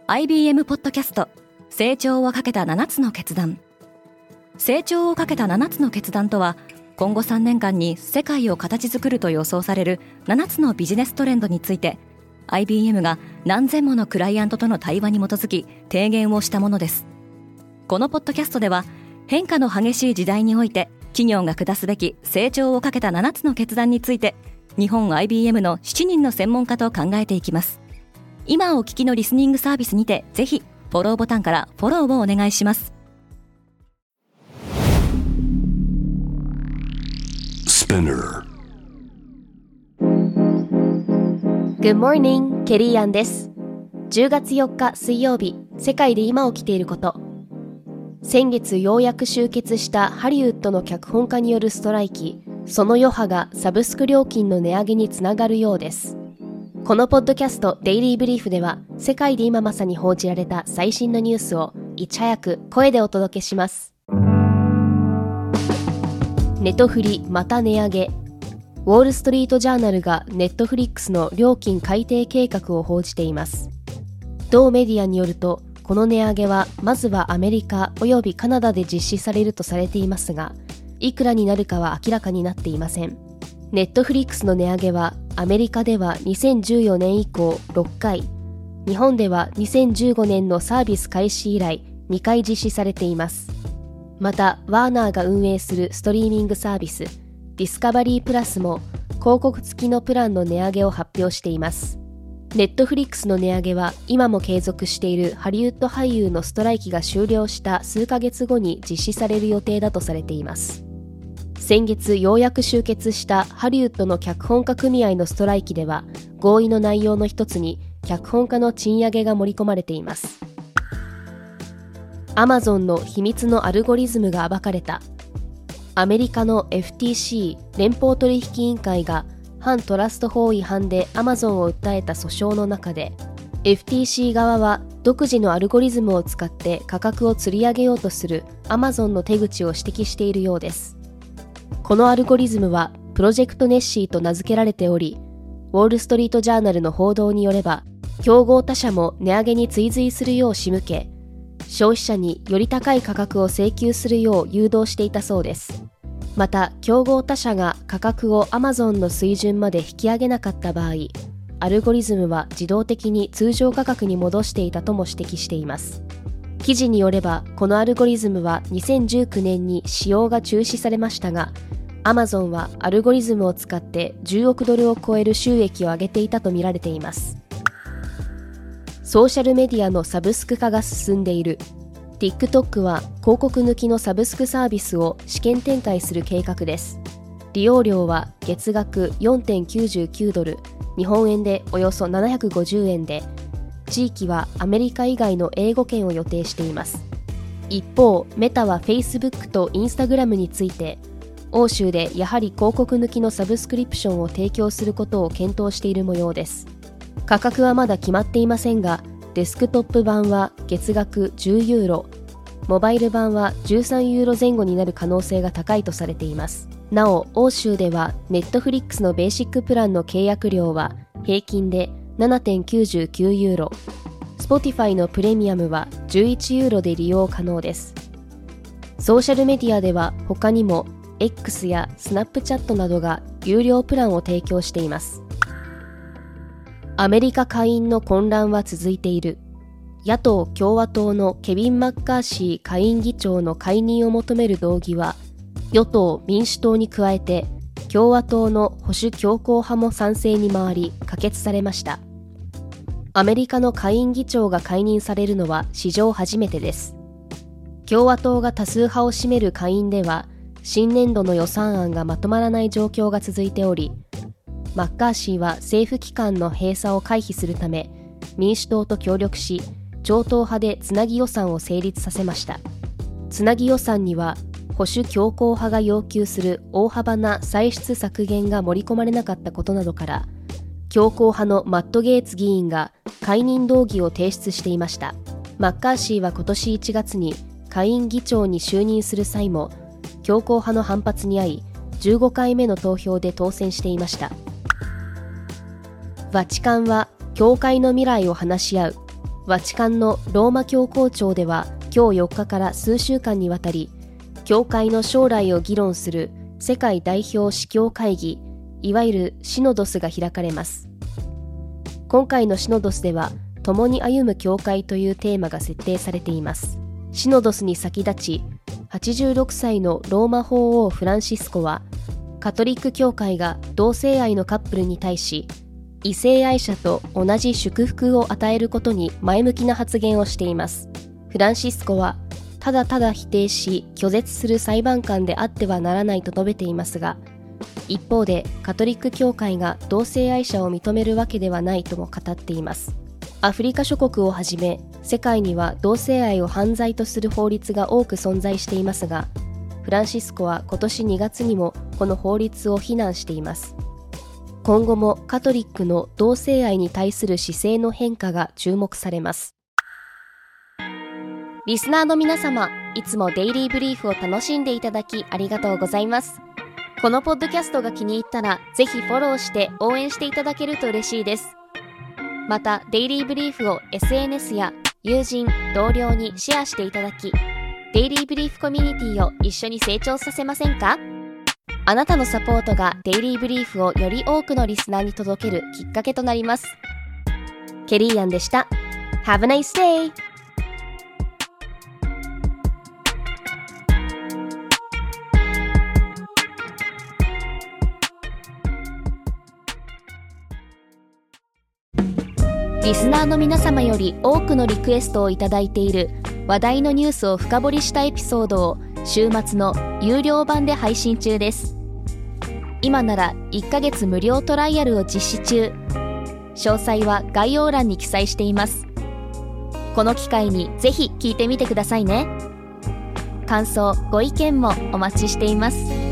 IBM ポッドキャスト成長をかけた7つの決断。成長をかけた7つの決断とは、今後3年間に世界を形作ると予想される7つのビジネストレンドについて IBM が何千ものクライアントとの対話に基づき提言をしたものです。このポッドキャストでは、変化の激しい時代において企業が下すべき成長をかけた7つの決断について、日本 IBM の7人の専門家と考えていきます。今お聞きのリスニングサービスにて、ぜひフォローボタンからフォローをお願いします。 Good morning, ケリーアンです。10月4日水曜日、世界で今起きていること。先月ようやく終結したハリウッドの脚本家によるストライキ、その余波がサブスク料金の値上げにつながるようです。このポッドキャストデイリーブリーフでは、世界で今まさに報じられた最新のニュースをいち早く声でお届けします。ネトフリまた値上げ。ウォールストリートジャーナルがネットフリックスの料金改定計画を報じています。同メディアによると、この値上げはまずはアメリカおよびカナダで実施されるとされていますが、いくらになるかは明らかになっていません。ネットフリックスの値上げはアメリカでは2014年以降6回、日本では2015年のサービス開始以来2回実施されています。また、ワーナーが運営するストリーミングサービスディスカバリープラスも広告付きのプランの値上げを発表しています。ネットフリックスの値上げは今も継続しているハリウッド俳優のストライキが終了した数ヶ月後に実施される予定だとされています。先月ようやく終結したハリウッドの脚本家組合のストライキでは、合意の内容の一つに脚本家の賃上げが盛り込まれています。アマゾンの秘密のアルゴリズムが暴かれた。アメリカの FTC 連邦取引委員会が反トラスト法違反でアマゾンを訴えた訴訟の中で、 FTC 側は独自のアルゴリズムを使って価格を釣り上げようとするアマゾンの手口を指摘しているようです。このアルゴリズムはプロジェクトネッシーと名付けられており、ウォールストリートジャーナルの報道によれば、競合他社も値上げに追随するよう仕向け、消費者により高い価格を請求するよう誘導していたそうです。また、競合他社が価格を Amazon の水準まで引き上げなかった場合、アルゴリズムは自動的に通常価格に戻していたとも指摘しています。記事によれば、このアルゴリズムは2019年に使用が中止されましたが、Amazon はアルゴリズムを使って10億ドルを超える収益を上げていたとみられています。ソーシャルメディアのサブスク化が進んでいる。TikTok は広告抜きのサブスクサービスを試験展開する計画です。利用料は月額 4.99 ドル、日本円でおよそ750円で、地域はアメリカ以外の英語圏を予定しています。一方、メタは Facebook と Instagram について、欧州でやはり広告抜きのサブスクリプションを提供することを検討している模様です。価格はまだ決まっていませんが、デスクトップ版は月額10ユーロ、モバイル版は13ユーロ前後になる可能性が高いとされています。なお、欧州ではネットフリックスのベーシックプランの契約料は平均で 7.99 ユーロ、Spotify のプレミアムは11ユーロで利用可能です。ソーシャルメディアでは他にも X やスナップチャットなどが有料プランを提供しています。アメリカ下院の混乱は続いている。野党共和党のケビン・マッカーシー下院議長の解任を求める動議は、与党民主党に加えて共和党の保守強硬派も賛成に回り可決されました。アメリカの下院議長が解任されるのは史上初めてです。共和党が多数派を占める下院では、新年度の予算案がまとまらない状況が続いており、マッカーシーは政府機関の閉鎖を回避するため、民主党と協力し、超党派でつなぎ予算を成立させました。つなぎ予算には、保守強硬派が要求する大幅な歳出削減が盛り込まれなかったことなどから、強硬派のマット・ゲーツ議員が解任動議を提出していました。マッカーシーは今年1月に下院議長に就任する際も、強硬派の反発に遭い、15回目の投票で当選していました。バチカンは教会の未来を話し合う。 ワチカンのローマ教皇庁では今日4日から数週間にわたり、教会の将来を議論する世界代表司教会議、いわゆるシノドスが開かれます。今回のシノドスでは、共に歩む教会というテーマが設定されています。シノドスに先立ち、86歳のローマ法王フランシスコは、カトリック教会が同性愛のカップルに対し、異性愛者と同じ祝福を与えることに前向きな発言をしています。フランシスコは、ただただ否定し拒絶する裁判官であってはならないと述べていますが、一方でカトリック教会が同性愛者を認めるわけではないとも語っています。アフリカ諸国をはじめ、世界には同性愛を犯罪とする法律が多く存在していますが、フランシスコは今年2月にもこの法律を非難しています。今後もカトリックの同性愛に対する姿勢の変化が注目されます。リスナーの皆様、いつもデイリーブリーフを楽しんでいただきありがとうございます。このポッドキャストが気に入ったら、ぜひフォローして応援していただけると嬉しいです。また、デイリーブリーフを SNS や友人、同僚にシェアしていただき、デイリーブリーフコミュニティを一緒に成長させませんか？あなたのサポートがデイリーブリーフをより多くのリスナーに届けるきっかけとなります。ケリーアンでした。Have a nice day! リスナーの皆様より多くのリクエストをいただいている話題のニュースを深掘りしたエピソードを週末の有料版で配信中です。今なら1ヶ月無料トライアルを実施中。詳細は概要欄に記載しています。この機会にぜひ聞いてみてくださいね。感想、ご意見もお待ちしています。